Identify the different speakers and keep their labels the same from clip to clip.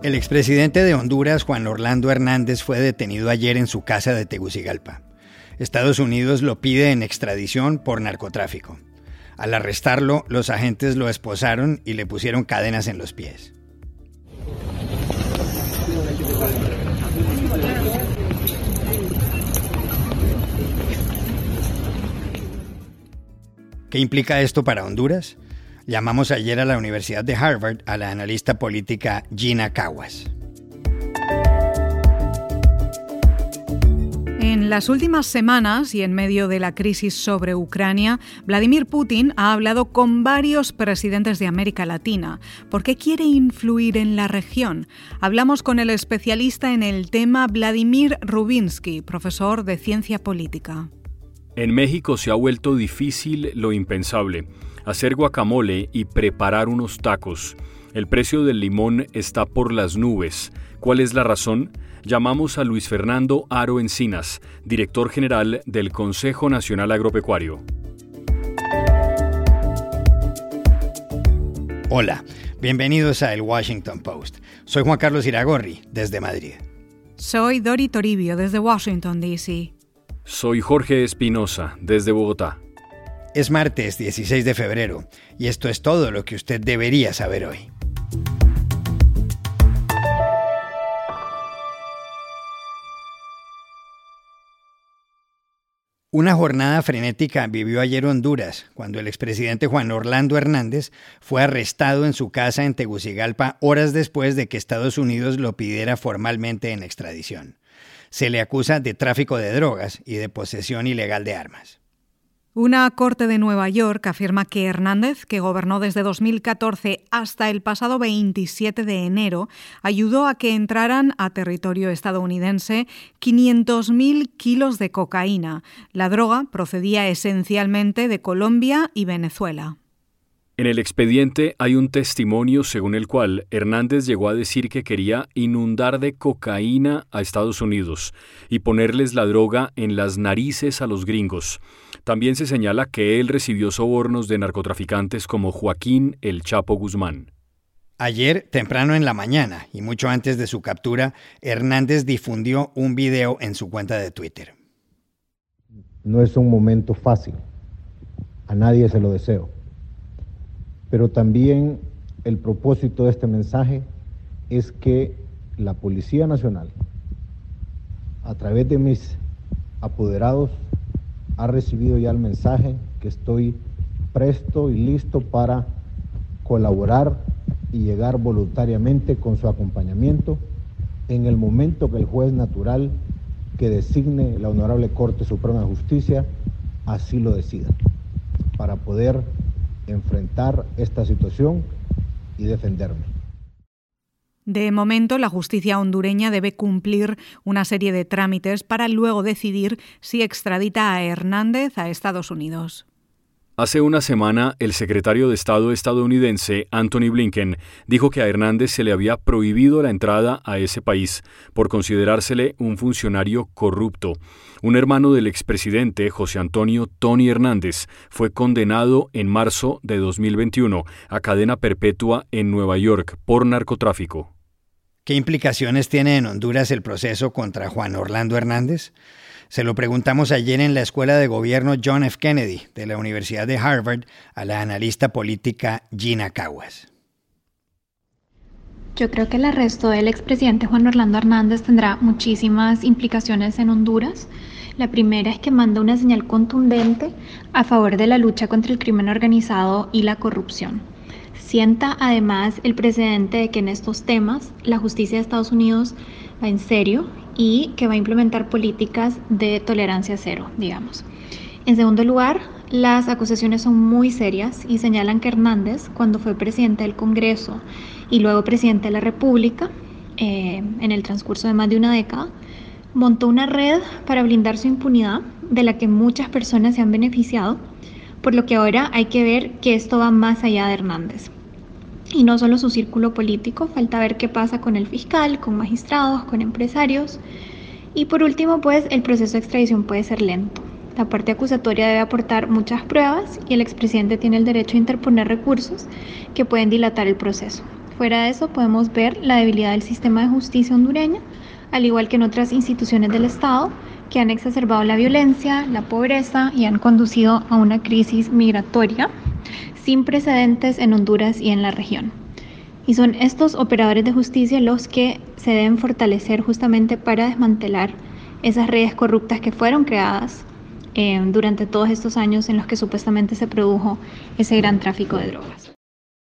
Speaker 1: El expresidente de Honduras, Juan Orlando Hernández, fue detenido ayer en su casa de Tegucigalpa. Estados Unidos lo pide en extradición por narcotráfico. Al arrestarlo, los agentes lo esposaron y le pusieron cadenas en los pies. ¿Qué implica esto para Honduras? Llamamos ayer a la Universidad de Harvard a la analista política Gina Caguas.
Speaker 2: En las últimas semanas y en medio de la crisis sobre Ucrania, Vladimir Putin ha hablado con varios presidentes de América Latina. ¿Por qué quiere influir en la región? Hablamos con el especialista en el tema Vladimir Rubinsky, profesor de Ciencia Política.
Speaker 3: En México se ha vuelto difícil lo impensable, hacer guacamole y preparar unos tacos. El precio del limón está por las nubes. ¿Cuál es la razón? Llamamos a Luis Fernando Haro Encinas, director general del Consejo Nacional Agropecuario.
Speaker 1: Hola, bienvenidos a El Washington Post. Soy Juan Carlos Iragorri, desde Madrid.
Speaker 2: Soy Dori Toribio, desde Washington, D.C.
Speaker 3: Soy Jorge Espinosa, desde Bogotá.
Speaker 1: Es martes 16 de febrero y esto es todo lo que usted debería saber hoy. Una jornada frenética vivió ayer Honduras, cuando el expresidente Juan Orlando Hernández fue arrestado en su casa en Tegucigalpa horas después de que Estados Unidos lo pidiera formalmente en extradición. Se le acusa de tráfico de drogas y de posesión ilegal de armas.
Speaker 2: Una corte de Nueva York afirma que Hernández, que gobernó desde 2014 hasta el pasado 27 de enero, ayudó a que entraran a territorio estadounidense 500.000 kilos de cocaína. La droga procedía esencialmente de Colombia y Venezuela.
Speaker 3: En el expediente hay un testimonio según el cual Hernández llegó a decir que quería inundar de cocaína a Estados Unidos y ponerles la droga en las narices a los gringos. También se señala que él recibió sobornos de narcotraficantes como Joaquín El Chapo Guzmán.
Speaker 1: Ayer, temprano en la mañana y mucho antes de su captura, Hernández difundió un video en su cuenta de Twitter.
Speaker 4: No es un momento fácil, a nadie se lo deseo. Pero también el propósito de este mensaje es que la Policía Nacional, a través de mis apoderados, ha recibido ya el mensaje que estoy presto y listo para colaborar y llegar voluntariamente con su acompañamiento en el momento que el juez natural que designe la Honorable Corte Suprema de Justicia así lo decida, para poder enfrentar esta situación y defenderme.
Speaker 2: De momento, la justicia hondureña debe cumplir una serie de trámites para luego decidir si extradita a Hernández a Estados Unidos.
Speaker 3: Hace una semana, el secretario de Estado estadounidense, Antony Blinken, dijo que a Hernández se le había prohibido la entrada a ese país por considerársele un funcionario corrupto. Un hermano del expresidente, José Antonio Tony Hernández, fue condenado en marzo de 2021 a cadena perpetua en Nueva York por narcotráfico.
Speaker 1: ¿Qué implicaciones tiene en Honduras el proceso contra Juan Orlando Hernández? Se lo preguntamos ayer en la Escuela de Gobierno John F. Kennedy de la Universidad de Harvard a la analista política Gina Caguas.
Speaker 5: Yo creo que el arresto del expresidente Juan Orlando Hernández tendrá muchísimas implicaciones en Honduras. La primera es que manda una señal contundente a favor de la lucha contra el crimen organizado y la corrupción. Sienta además el precedente de que en estos temas la justicia de Estados Unidos va en serio y que va a implementar políticas de tolerancia cero, digamos. En segundo lugar, las acusaciones son muy serias y señalan que Hernández, cuando fue presidente del Congreso y luego presidente de la República, en el transcurso de más de una década, montó una red para blindar su impunidad, de la que muchas personas se han beneficiado, por lo que ahora hay que ver que esto va más allá de Hernández. Y no solo su círculo político, falta ver qué pasa con el fiscal, con magistrados, con empresarios. Y por último, pues el proceso de extradición puede ser lento. La parte acusatoria debe aportar muchas pruebas y el expresidente tiene el derecho a interponer recursos que pueden dilatar el proceso. Fuera de eso, podemos ver la debilidad del sistema de justicia hondureño, al igual que en otras instituciones del Estado, que han exacerbado la violencia, la pobreza y han conducido a una crisis migratoria sin precedentes en Honduras y en la región. Y son estos operadores de justicia los que se deben fortalecer justamente para desmantelar esas redes corruptas que fueron creadas durante todos estos años en los que supuestamente se produjo ese gran tráfico de drogas.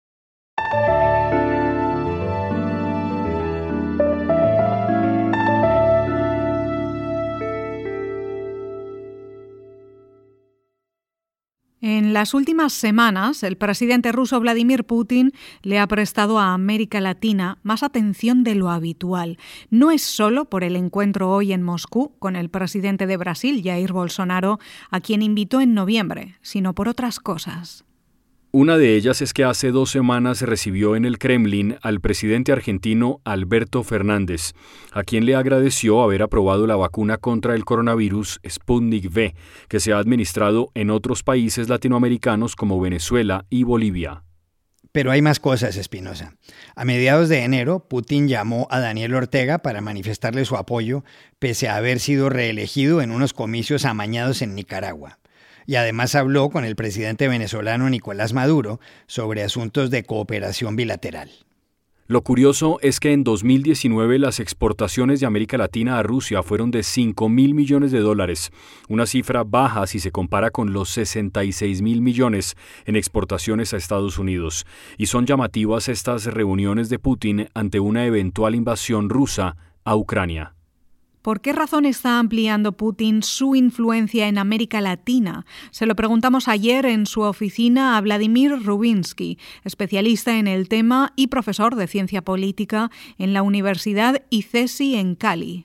Speaker 2: En las últimas semanas, el presidente ruso Vladimir Putin le ha prestado a América Latina más atención de lo habitual. No es solo por el encuentro hoy en Moscú con el presidente de Brasil, Jair Bolsonaro, a quien invitó en noviembre, sino por otras cosas.
Speaker 3: Una de ellas es que hace 2 semanas recibió en el Kremlin al presidente argentino Alberto Fernández, a quien le agradeció haber aprobado la vacuna contra el coronavirus Sputnik V, que se ha administrado en otros países latinoamericanos como Venezuela y Bolivia.
Speaker 1: Pero hay más cosas, Espinosa. A mediados de enero, Putin llamó a Daniel Ortega para manifestarle su apoyo, pese a haber sido reelegido en unos comicios amañados en Nicaragua. Y además habló con el presidente venezolano Nicolás Maduro sobre asuntos de cooperación bilateral.
Speaker 3: Lo curioso es que en 2019 las exportaciones de América Latina a Rusia fueron de $5.000 millones, una cifra baja si se compara con los 66.000 millones en exportaciones a Estados Unidos. Y son llamativas estas reuniones de Putin ante una eventual invasión rusa a Ucrania.
Speaker 2: ¿Por qué razón está ampliando Putin su influencia en América Latina? Se lo preguntamos ayer en su oficina a Vladimir Rubinsky, especialista en el tema y profesor de ciencia política en la Universidad ICESI en Cali.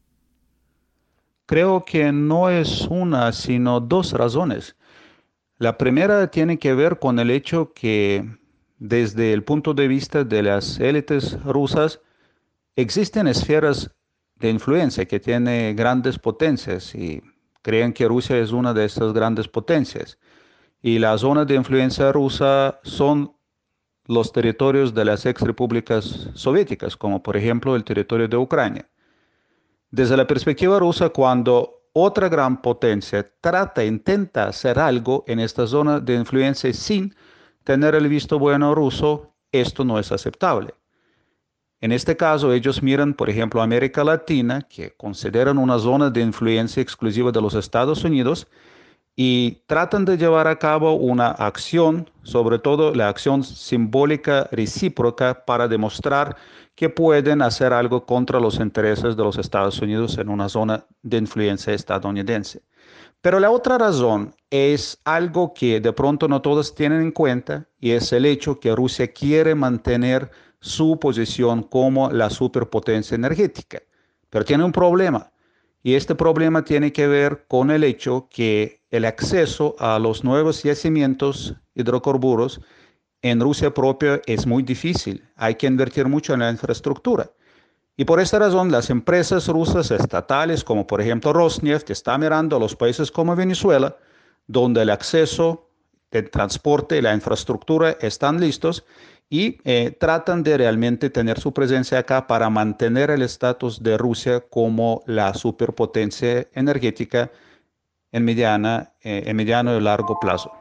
Speaker 6: Creo que no es una, sino 2 razones. La primera tiene que ver con el hecho que, desde el punto de vista de las élites rusas, existen esferas de influencia que tiene grandes potencias y creen que Rusia es una de estas grandes potencias. Y la zona de influencia rusa son los territorios de las exrepúblicas soviéticas, como por ejemplo el territorio de Ucrania. Desde la perspectiva rusa, cuando otra gran potencia intenta hacer algo en esta zona de influencia sin tener el visto bueno ruso, esto no es aceptable. En este caso, ellos miran, por ejemplo, a América Latina, que consideran una zona de influencia exclusiva de los Estados Unidos, y tratan de llevar a cabo una acción, sobre todo la acción simbólica recíproca, para demostrar que pueden hacer algo contra los intereses de los Estados Unidos en una zona de influencia estadounidense. Pero la otra razón es algo que de pronto no todos tienen en cuenta, y es el hecho que Rusia quiere mantener su posición como la superpotencia energética. Pero tiene un problema, y este problema tiene que ver con el hecho que el acceso a los nuevos yacimientos hidrocarburos en Rusia propia es muy difícil. Hay que invertir mucho en la infraestructura. Y por esta razón, las empresas rusas estatales, como por ejemplo Rosneft, está mirando a los países como Venezuela, donde el acceso, el transporte y la infraestructura están listos, y tratan de realmente tener su presencia acá para mantener el estatus de Rusia como la superpotencia energética en mediano y largo plazo.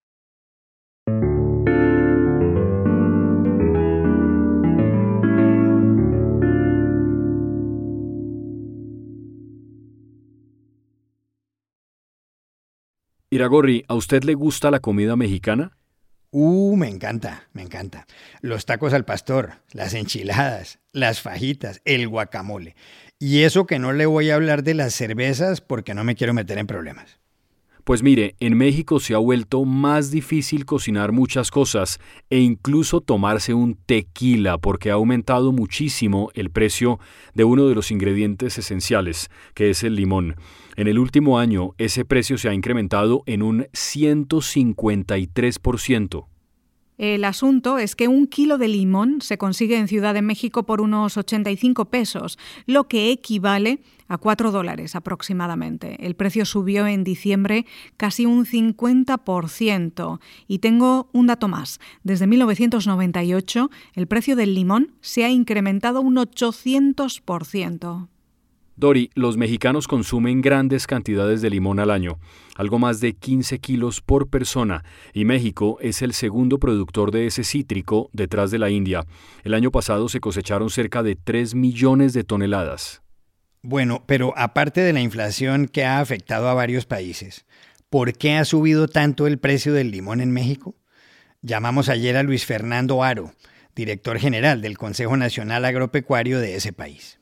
Speaker 3: Iragorri, ¿a usted le gusta la comida mexicana?
Speaker 1: Me encanta, me encanta. Los tacos al pastor, las enchiladas, las fajitas, el guacamole. Y eso que no le voy a hablar de las cervezas porque no me quiero meter en problemas.
Speaker 3: Pues mire, en México se ha vuelto más difícil cocinar muchas cosas e incluso tomarse un tequila porque ha aumentado muchísimo el precio de uno de los ingredientes esenciales, que es el limón. En el último año, ese precio se ha incrementado en un 153%.
Speaker 2: El asunto es que 1 kilo de limón se consigue en Ciudad de México por unos 85 pesos, lo que equivale a $4 aproximadamente. El precio subió en diciembre casi un 50%. Y tengo un dato más. Desde 1998, el precio del limón se ha incrementado un 800%.
Speaker 3: Dori, los mexicanos consumen grandes cantidades de limón al año, algo más de 15 kilos por persona, y México es el segundo productor de ese cítrico detrás de la India. El año pasado se cosecharon cerca de 3 millones de toneladas.
Speaker 1: Bueno, pero aparte de la inflación que ha afectado a varios países, ¿por qué ha subido tanto el precio del limón en México? Llamamos ayer a Luis Fernando Haro, director general del Consejo Nacional Agropecuario de ese país.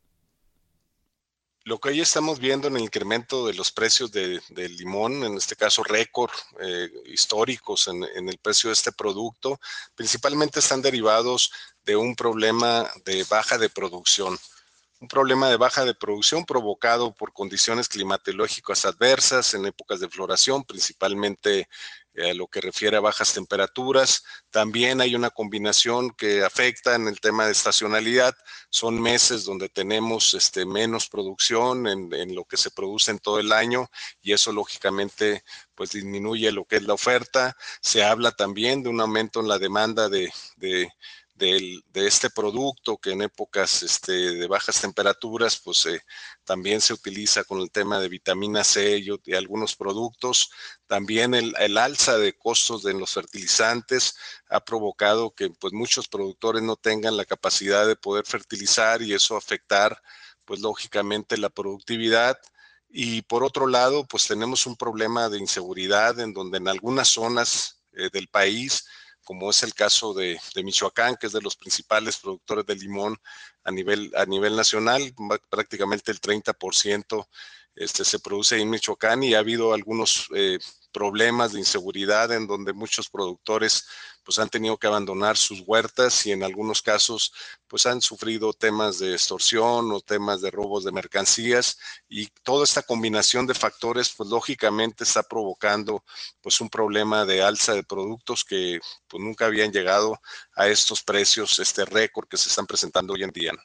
Speaker 7: Lo que hoy estamos viendo en el incremento de los precios del limón, en este caso récord históricos en el precio de este producto, principalmente están derivados de un problema de baja de producción. Un problema de baja de producción provocado por condiciones climatológicas adversas en épocas de floración, principalmente lo que refiere a bajas temperaturas. También hay una combinación que afecta en el tema de estacionalidad. Son meses donde tenemos menos producción en lo que se produce en todo el año y eso lógicamente pues disminuye lo que es la oferta. Se habla también de un aumento en la demanda de este producto que en épocas de bajas temperaturas pues también se utiliza con el tema de vitamina C y algunos productos. También el alza de costos de los fertilizantes ha provocado que pues muchos productores no tengan la capacidad de poder fertilizar y eso afectar pues lógicamente la productividad. Y por otro lado pues tenemos un problema de inseguridad en donde en algunas zonas del país, como es el caso de Michoacán, que es de los principales productores de limón a nivel nacional, prácticamente el 30% se produce en Michoacán y ha habido algunos problemas de inseguridad en donde muchos productores pues han tenido que abandonar sus huertas y en algunos casos pues han sufrido temas de extorsión o temas de robos de mercancías y toda esta combinación de factores pues lógicamente está provocando pues un problema de alza de productos que pues nunca habían llegado a estos precios, récord que se están presentando hoy en día.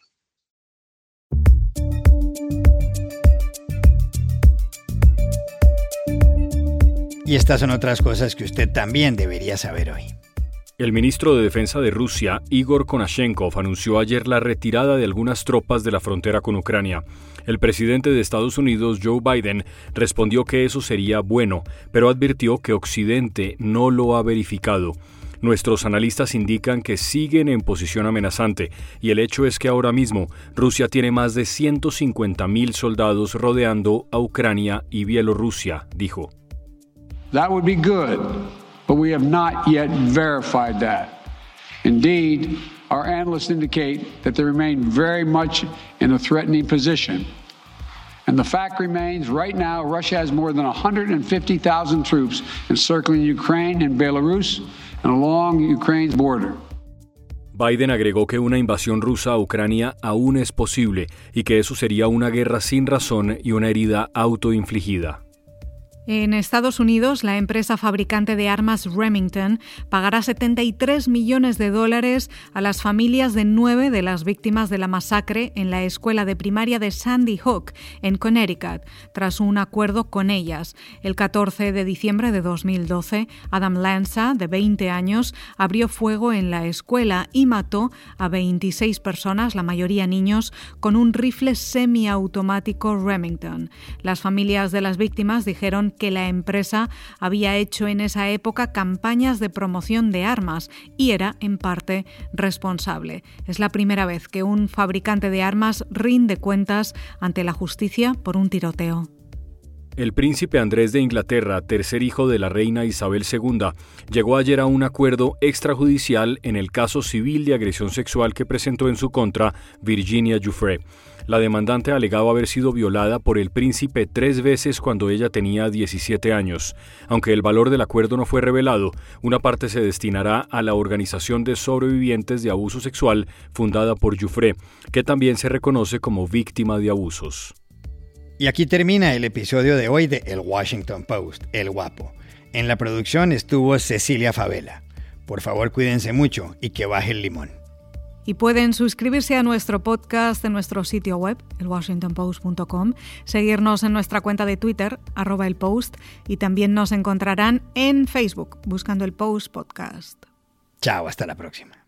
Speaker 1: Y estas son otras cosas que usted también debería saber hoy.
Speaker 3: El ministro de Defensa de Rusia, Igor Konashenkov, anunció ayer la retirada de algunas tropas de la frontera con Ucrania. El presidente de Estados Unidos, Joe Biden, respondió que eso sería bueno, pero advirtió que Occidente no lo ha verificado. Nuestros analistas indican que siguen en posición amenazante y el hecho es que ahora mismo Rusia tiene más de 150,000 soldados rodeando a Ucrania y Bielorrusia, dijo.
Speaker 8: That would be good, but we have not yet verified that. Indeed, our analysts indicate that they remain very much in a threatening position. And the fact remains, right now, Russia has more than 150,000 troops encircling Ukraine and Belarus and along Ukraine's border.
Speaker 3: Biden agregó que una invasión rusa a Ucrania aún es posible y que eso sería una guerra sin razón y una herida autoinfligida.
Speaker 2: En Estados Unidos, la empresa fabricante de armas Remington pagará $73 millones a las familias de 9 de las víctimas de la masacre en la escuela de primaria de Sandy Hook, en Connecticut, tras un acuerdo con ellas. El 14 de diciembre de 2012, Adam Lanza, de 20 años, abrió fuego en la escuela y mató a 26 personas, la mayoría niños, con un rifle semiautomático Remington. Las familias de las víctimas dijeron que la empresa había hecho en esa época campañas de promoción de armas y era, en parte, responsable. Es la primera vez que un fabricante de armas rinde cuentas ante la justicia por un tiroteo.
Speaker 3: El príncipe Andrés de Inglaterra, tercer hijo de la reina Isabel II, llegó ayer a un acuerdo extrajudicial en el caso civil de agresión sexual que presentó en su contra Virginia Giuffre. La demandante alegaba haber sido violada por el príncipe 3 veces cuando ella tenía 17 años. Aunque el valor del acuerdo no fue revelado, una parte se destinará a la Organización de Sobrevivientes de Abuso Sexual fundada por Giuffre, que también se reconoce como víctima de abusos.
Speaker 1: Y aquí termina el episodio de hoy de El Washington Post, El Guapo. En la producción estuvo Cecilia Favela. Por favor, cuídense mucho y que baje el limón.
Speaker 2: Y pueden suscribirse a nuestro podcast en nuestro sitio web, elwashingtonpost.com, seguirnos en nuestra cuenta de Twitter, @elpost, y también nos encontrarán en Facebook, buscando El Post Podcast.
Speaker 1: Chao, hasta la próxima.